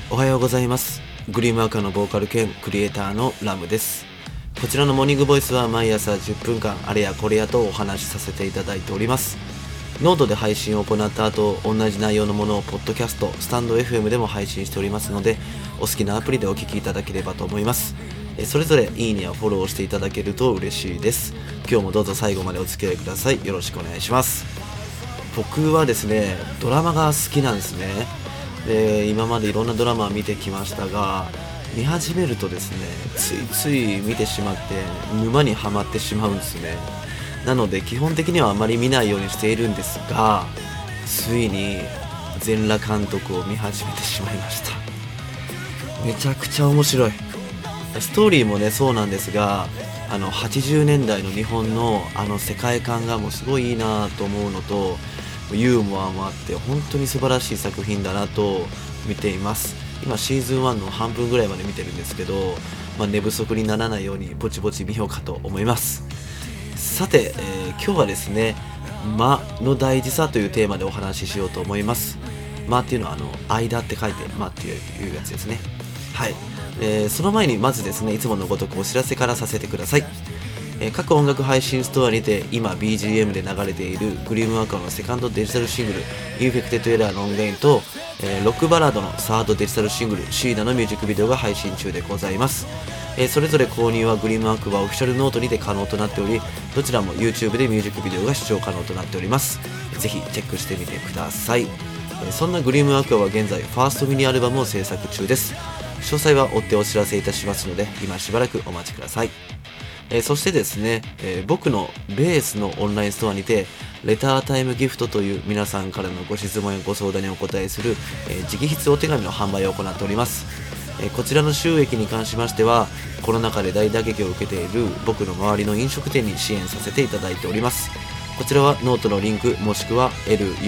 おはようございます。グリームアカのボーカル兼クリエイターのラムです。こちらのモーニングボイスは毎朝10分間あれやこれやとお話しさせていただいております。ノートで配信を行った後、同じ内容のものをポッドキャスト、スタンド FM でも配信しておりますので、お好きなアプリでお聞きいただければと思います。それぞれいいねやフォローしていただけると嬉しいです。今日もどうぞ最後までお付き合いください。よろしくお願いします。僕はですね、ドラマが好きなんですね。で、今までいろんなドラマを見てきましたが、見始めるとですね、ついつい見てしまって沼にはまってしまうんですね。なので基本的にはあまり見ないようにしているんですが、ついに全裸監督を見始めてしまいました。めちゃくちゃ面白い。ストーリーもねそうなんですが、80年代の日本の世界観がもうすごいいいなと思うのと、ユーモアもあって本当に素晴らしい作品だなと見ています。今シーズン1の半分ぐらいまで見てるんですけど、寝不足にならないようにぼちぼち見ようかと思います。さて、今日はですね、間の大事さというテーマでお話ししようと思います。間っていうのは間って書いて間っていうやつですね。はい。その前にまずですね、いつものごとくお知らせからさせてください。各音楽配信ストアにて今 BGM で流れているグリームワーカーのセカンドデジタルシングルインフェクテッドエラーの音源と、ロックバラードのサードデジタルシングルシーナのミュージックビデオが配信中でございます。それぞれ購入はグリームワークはオフィシャルノートにて可能となっており、どちらも YouTube でミュージックビデオが視聴可能となっております。ぜひチェックしてみてください。そんなグリームワークは現在ファーストミニアルバムを制作中です。詳細は追ってお知らせいたしますので、今しばらくお待ちください。そしてですね、僕のベースのオンラインストアにてレタータイムギフトという皆さんからのご質問やご相談にお答えする、直筆お手紙の販売を行っております。こちらの収益に関しましては、コロナ禍で大打撃を受けている僕の周りの飲食店に支援させていただいております。こちらはノートのリンクもしくは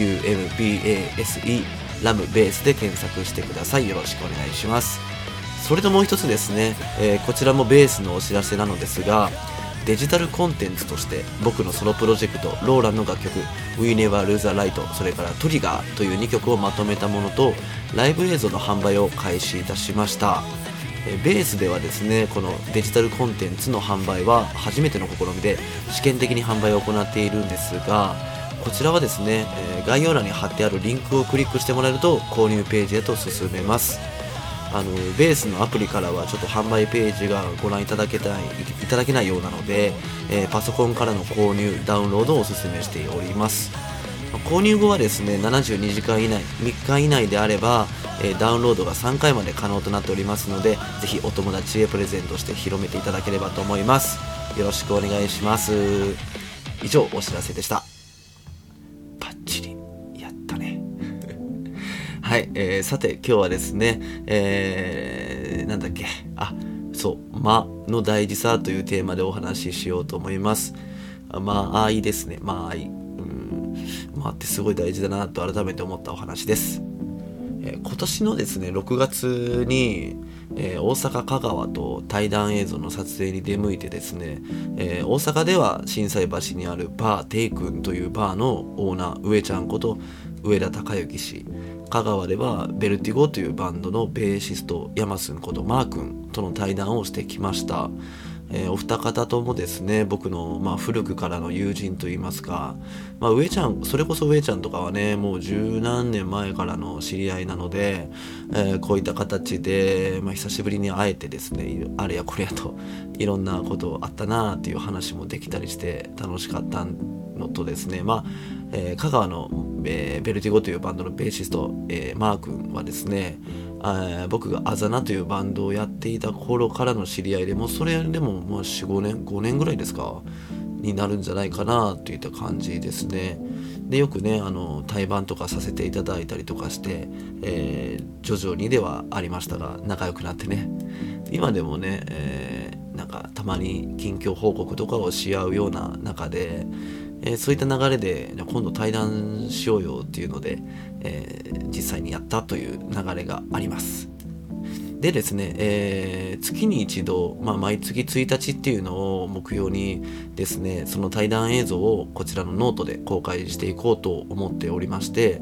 LUMBASE ラムベースで検索してください。よろしくお願いします。それともう一つですね、こちらもベースのお知らせなのですが、デジタルコンテンツとして僕のソロプロジェクトローランの楽曲 We Never Lose a Light、 それからトリガーという2曲をまとめたものとライブ映像の販売を開始いたしました。ベースではですね、このデジタルコンテンツの販売は初めての試みで試験的に販売を行っているんですが、こちらはですね、概要欄に貼ってあるリンクをクリックしてもらえると購入ページへと進めます。ベースのアプリからはちょっと販売ページがご覧いただけないようなので、パソコンからの購入ダウンロードをお勧めしております。購入後はですね、72時間以内3日以内であれば、ダウンロードが3回まで可能となっておりますので、ぜひお友達へプレゼントして広めていただければと思います。よろしくお願いします。以上お知らせでした。バッチリやったね。はい、さて今日はですね、なんだっけ、間の大事さというテーマでお話ししようと思います。間合いですね。間合い、間ってすごい大事だなと改めて思ったお話です。今年のですね6月に、大阪香川と対談映像の撮影に出向いてですね、大阪では心斎橋にあるバーテイ君というバーのオーナー上ちゃんこと上田孝之氏、香川ではベルティゴというバンドのベーシストヤマスンことマー君との対談をしてきました。お二方ともですね、僕の、古くからの友人といいますか、上ちゃん、それこそ上ちゃんとかはね、もう十何年前からの知り合いなので、こういった形で、久しぶりに会えてですね、あれやこれやといろんなことあったなっていう話もできたりして楽しかったのとですね、香川の、ベルティゴというバンドのベーシスト、マー君はですね、僕がアザナというバンドをやっていた頃からの知り合いで、もうそれでももう 4,5 年5年ぐらいですかになるんじゃないかなといった感じですね。でよくね対バンとかさせていただいたりとかして、徐々にではありましたが仲良くなってね、今でもね、なんかたまに近況報告とかをし合うような中で、そういった流れで今度対談しようよっていうので、実際にやったという流れがあります。でですね、月に一度、毎月1日っていうのを目標にですね、その対談映像をこちらのノートで公開していこうと思っておりまして、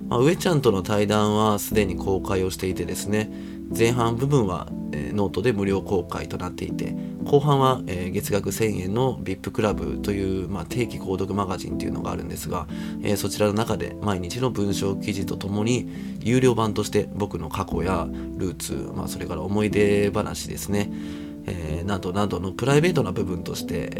上ちゃんとの対談はすでに公開をしていてですね、前半部分は、ノートで無料公開となっていて、後半は、月額1000円の VIP クラブという、定期購読マガジンというのがあるんですが、そちらの中で毎日の文章記事とともに有料版として僕の過去やルーツ、それから思い出話ですね、などなどのプライベートな部分として、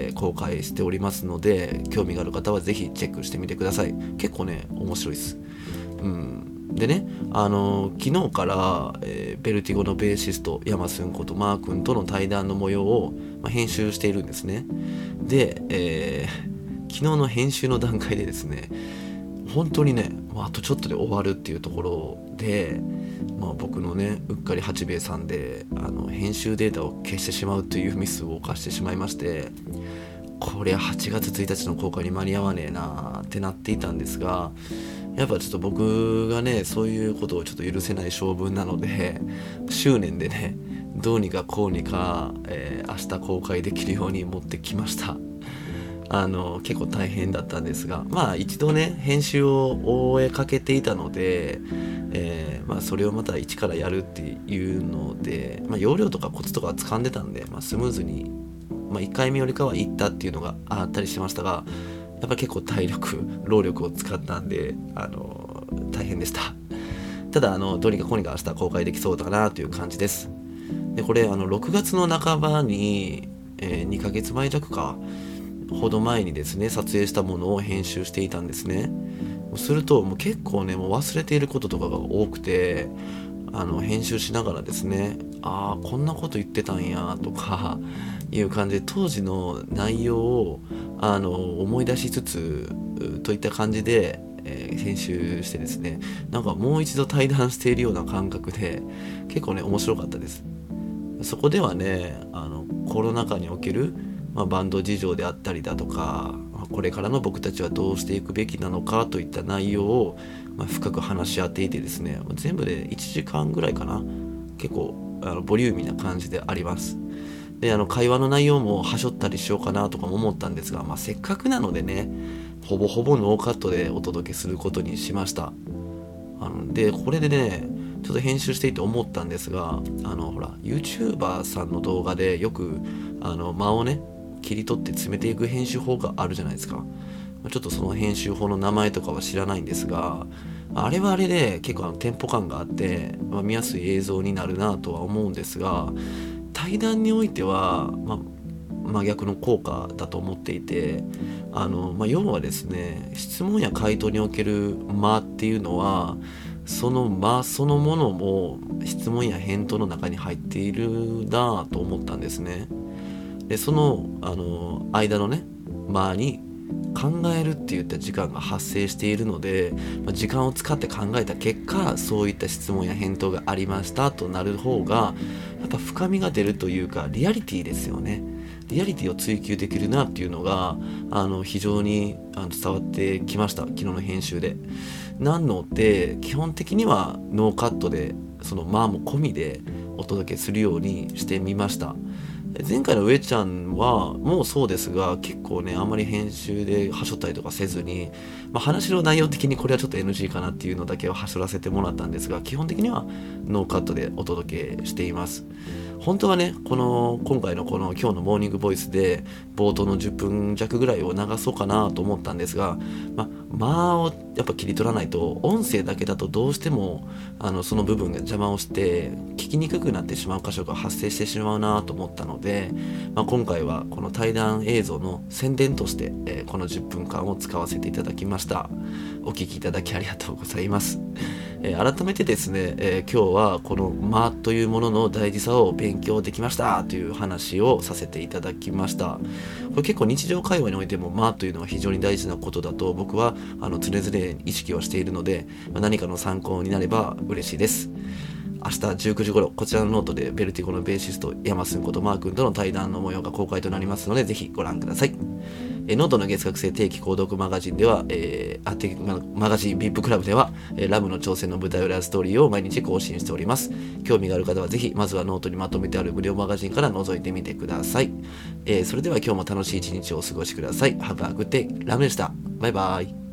公開しておりますので、興味がある方はぜひチェックしてみてください。結構ね面白いです。でね、昨日から、ベルティゴのベーシストヤマスンことマー君との対談の模様を、編集しているんですね。で、昨日の編集の段階でですね、本当にね、あとちょっとで終わるっていうところで、僕のねうっかり八兵衛さんで編集データを消してしまうというミスを犯してしまいまして、これ8月1日の公開に間に合わねえなってなっていたんですが、やっぱちょっと僕がねそういうことをちょっと許せない性分なので、執念でねどうにかこうにか、明日公開できるように持ってきました。結構大変だったんですが、一度ね編集を終えかけていたので、それをまた一からやるっていうので、要領とかコツとか掴んでたんで、スムーズに、1回目よりかはいったっていうのがあったりしましたが、やっぱ結構体力労力を使ったんで、大変でした。ただどうにかこうにか明日公開できそうだなという感じです。でこれ6月の半ばに、2ヶ月前弱かほど前にですね撮影したものを編集していたんですね。するともう結構ねもう忘れていることとかが多くて、編集しながらですね、こんなこと言ってたんやとかいう感じで当時の内容を思い出しつつといった感じで、編集してですね、なんかもう一度対談しているような感覚で結構ね面白かったです。そこではねコロナ禍におけるバンド事情であったりだとか、これからの僕たちはどうしていくべきなのかといった内容を、深く話し合っていてですね、全部で1時間ぐらいかな、結構ボリューミーな感じであります。で会話の内容もはしょったりしようかなとかも思ったんですが、せっかくなのでねほぼほぼノーカットでお届けすることにしました。でこれでねちょっと編集していて思ったんですが、ほら YouTuber さんの動画でよく間をね切り取って詰めていく編集法があるじゃないですか。ちょっとその編集法の名前とかは知らないんですが、あれはあれで結構テンポ感があって、見やすい映像になるなとは思うんですが、対談においては、真逆の効果だと思っていて、要はですね質問や回答における間っていうのはその間そのものも質問や返答の中に入っているなと思ったんですね。でその間のね間に考えるっていった時間が発生しているので、時間を使って考えた結果そういった質問や返答がありましたとなる方がやっぱ深みが出るというかリアリティですよね。リアリティを追求できるなっていうのが非常に伝わってきました。昨日の編集でなので基本的にはノーカットでそのも込みでお届けするようにしてみました。前回の上ちゃんはもうそうですが結構ねあんまり編集ではしょったりとかせずに、話の内容的にこれはちょっと NG かなっていうのだけをはしょらせてもらったんですが、基本的にはノーカットでお届けしています。本当はね今回の今日のモーニングボイスで冒頭の10分弱ぐらいを流そうかなと思ったんですが、間をやっぱ切り取らないと音声だけだとどうしてもその部分が邪魔をして聞きにくくなってしまう箇所が発生してしまうなと思ったので、今回はこの対談映像の宣伝として、この10分間を使わせていただきました。お聞きいただきありがとうございます。改めてですね、今日はこの間というものの大事さを勉強できましたという話をさせていただきました。これ結構日常会話においても間というのは非常に大事なことだと僕は常々意識をしているので、何かの参考になれば嬉しいです。明日19時頃こちらのノートでベルティゴのベーシストヤマスンことマー君との対談の模様が公開となりますのでぜひご覧ください。ノートの月額制定期購読マガジンでは、マガジン VIP クラブでは、ラムの挑戦の舞台裏ストーリーを毎日更新しております。興味がある方はぜひまずはノートにまとめてある無料マガジンから覗いてみてください。それでは今日も楽しい一日をお過ごしください。Have a good day. ラムでした。バイバイ。